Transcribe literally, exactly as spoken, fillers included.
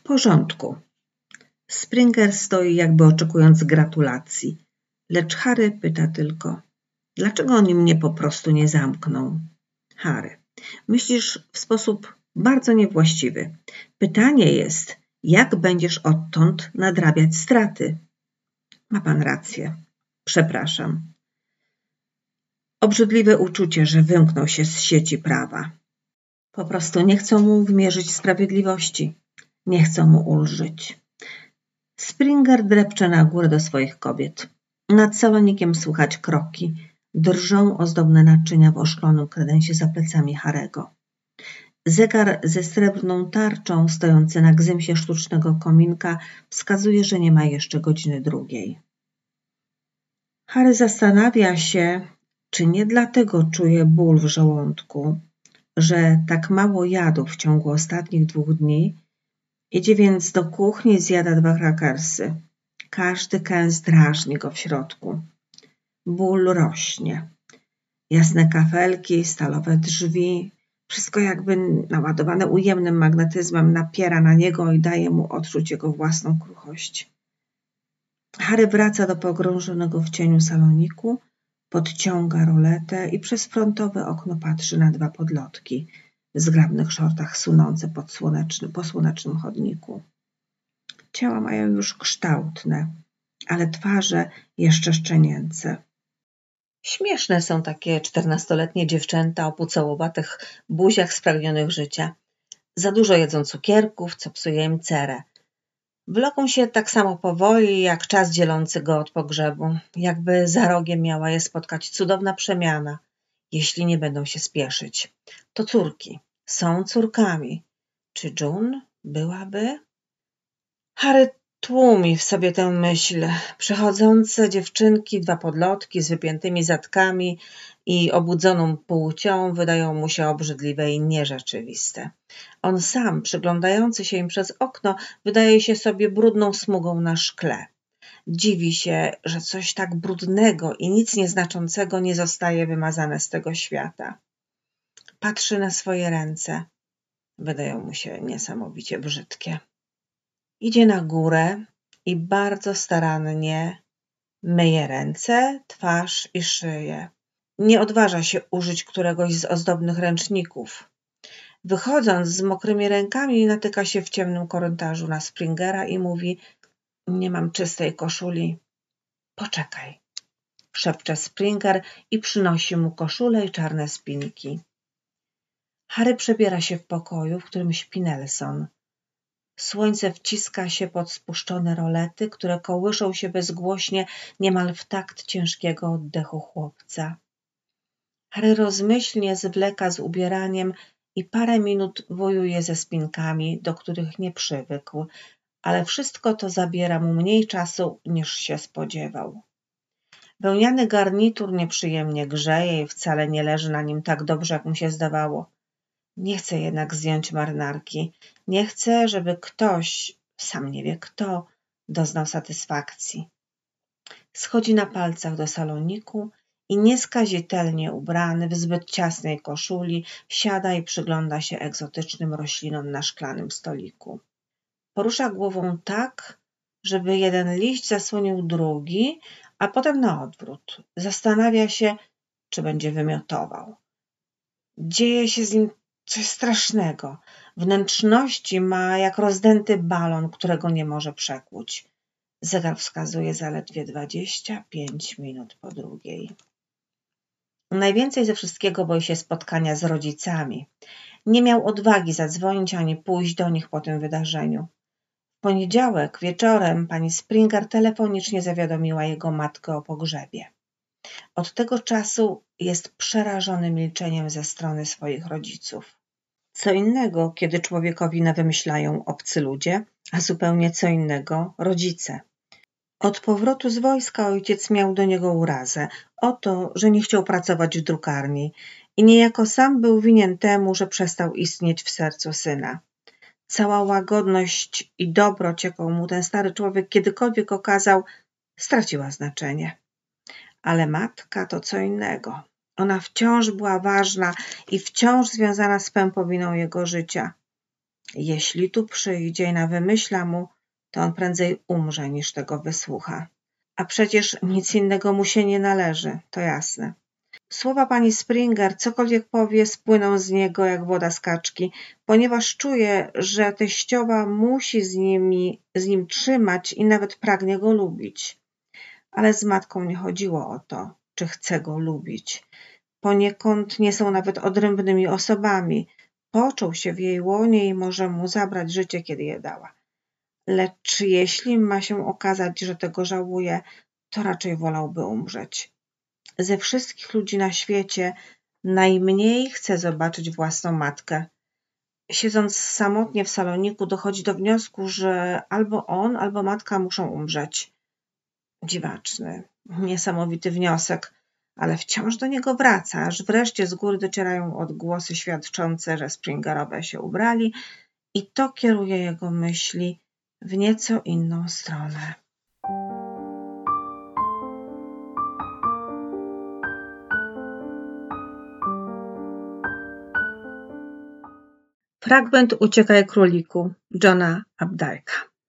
porządku. Springer stoi, jakby oczekując gratulacji, lecz Harry pyta tylko: dlaczego oni mnie po prostu nie zamkną? Harry, myślisz w sposób bardzo niewłaściwy. Pytanie jest, jak będziesz odtąd nadrabiać straty? Ma pan rację. Przepraszam. Obrzydliwe uczucie, że wymknął się z sieci prawa. Po prostu nie chcą mu wymierzyć sprawiedliwości. Nie chcą mu ulżyć. Springer drepcze na górę do swoich kobiet. Nad salonikiem słychać kroki. Drżą ozdobne naczynia w oszklonym kredensie za plecami Harry'ego. Zegar ze srebrną tarczą stojący na gzymsie sztucznego kominka wskazuje, że nie ma jeszcze godziny drugiej. Harry zastanawia się, czy nie dlatego czuje ból w żołądku, że tak mało jadł w ciągu ostatnich dwóch dni. Idzie więc do kuchni i zjada dwa krakersy. Każdy kęs drażni go w środku. Ból rośnie. Jasne kafelki, stalowe drzwi, wszystko jakby naładowane ujemnym magnetyzmem napiera na niego i daje mu odczuć jego własną kruchość. Harry wraca do pogrążonego w cieniu saloniku, podciąga roletę i przez frontowe okno patrzy na dwa podlotki w zgrabnych szortach sunące pod słoneczny, po słonecznym chodniku. Ciała mają już kształtne, ale twarze jeszcze szczenięce. Śmieszne są takie czternastoletnie dziewczęta o pucołowatych buziach spragnionych życia. Za dużo jedzą cukierków, co psuje im cerę. Wloką się tak samo powoli, jak czas dzielący go od pogrzebu, jakby za rogiem miała je spotkać cudowna przemiana, jeśli nie będą się spieszyć. To córki, są córkami. Czy June byłaby? Harry tłumi w sobie tę myśl. Przechodzące dziewczynki, dwa podlotki z wypiętymi zadkami i obudzoną płcią wydają mu się obrzydliwe i nierzeczywiste. On sam, przyglądający się im przez okno, wydaje się sobie brudną smugą na szkle. Dziwi się, że coś tak brudnego i nic nieznaczącego nie zostaje wymazane z tego świata. Patrzy na swoje ręce. Wydają mu się niesamowicie brzydkie. Idzie na górę i bardzo starannie myje ręce, twarz i szyję. Nie odważa się użyć któregoś z ozdobnych ręczników. Wychodząc z mokrymi rękami, natyka się w ciemnym korytarzu na Springera i mówi: nie mam czystej koszuli. Poczekaj, szepcze Springer i przynosi mu koszulę i czarne spinki. Harry przebiera się w pokoju, w którym śpi Nelson. Słońce wciska się pod spuszczone rolety, które kołyszą się bezgłośnie niemal w takt ciężkiego oddechu chłopca. Harry rozmyślnie zwleka z ubieraniem i parę minut wojuje ze spinkami, do których nie przywykł, ale wszystko to zabiera mu mniej czasu, niż się spodziewał. Wełniany garnitur nieprzyjemnie grzeje i wcale nie leży na nim tak dobrze, jak mu się zdawało. Nie chce jednak zdjąć marynarki. Nie chce, żeby ktoś, sam nie wie kto, doznał satysfakcji. Schodzi na palcach do saloniku i nieskazitelnie ubrany w zbyt ciasnej koszuli siada i przygląda się egzotycznym roślinom na szklanym stoliku. Porusza głową tak, żeby jeden liść zasłonił drugi, a potem na odwrót. Zastanawia się, czy będzie wymiotował. Dzieje się z nim coś strasznego. Wnętrzności ma jak rozdęty balon, którego nie może przekłuć. Zegar wskazuje zaledwie dwadzieścia pięć minut po drugiej. Najwięcej ze wszystkiego boi się spotkania z rodzicami. Nie miał odwagi zadzwonić ani pójść do nich po tym wydarzeniu. W poniedziałek wieczorem pani Springer telefonicznie zawiadomiła jego matkę o pogrzebie. Od tego czasu jest przerażony milczeniem ze strony swoich rodziców. Co innego, kiedy człowiekowi nawymyślają obcy ludzie, a zupełnie co innego rodzice. Od powrotu z wojska ojciec miał do niego urazę o to, że nie chciał pracować w drukarni i niejako sam był winien temu, że przestał istnieć w sercu syna. Cała łagodność i dobroć, jaką mu ten stary człowiek kiedykolwiek okazał, straciła znaczenie. Ale matka to co innego. Ona wciąż była ważna i wciąż związana z pępowiną jego życia. Jeśli tu przyjdzie i nawymyśla mu, to on prędzej umrze, niż tego wysłucha. A przecież nic innego mu się nie należy, to jasne. Słowa pani Springer, cokolwiek powie, spłyną z niego jak woda z kaczki, ponieważ czuje, że teściowa musi z, nimi, z nim trzymać i nawet pragnie go lubić. Ale z matką nie chodziło o to, czy chce go lubić. Poniekąd nie są nawet odrębnymi osobami. Począł się w jej łonie i może mu zabrać życie, kiedy je dała. Lecz jeśli ma się okazać, że tego żałuje, to raczej wolałby umrzeć. Ze wszystkich ludzi na świecie najmniej chce zobaczyć własną matkę. Siedząc samotnie w saloniku, dochodzi do wniosku, że albo on, albo matka muszą umrzeć. Dziwaczny, niesamowity wniosek, ale wciąż do niego wraca, aż wreszcie z góry docierają odgłosy świadczące, że Springerowie się ubrali i to kieruje jego myśli w nieco inną stronę. Fragment Uciekaj króliku Johna Updike'a.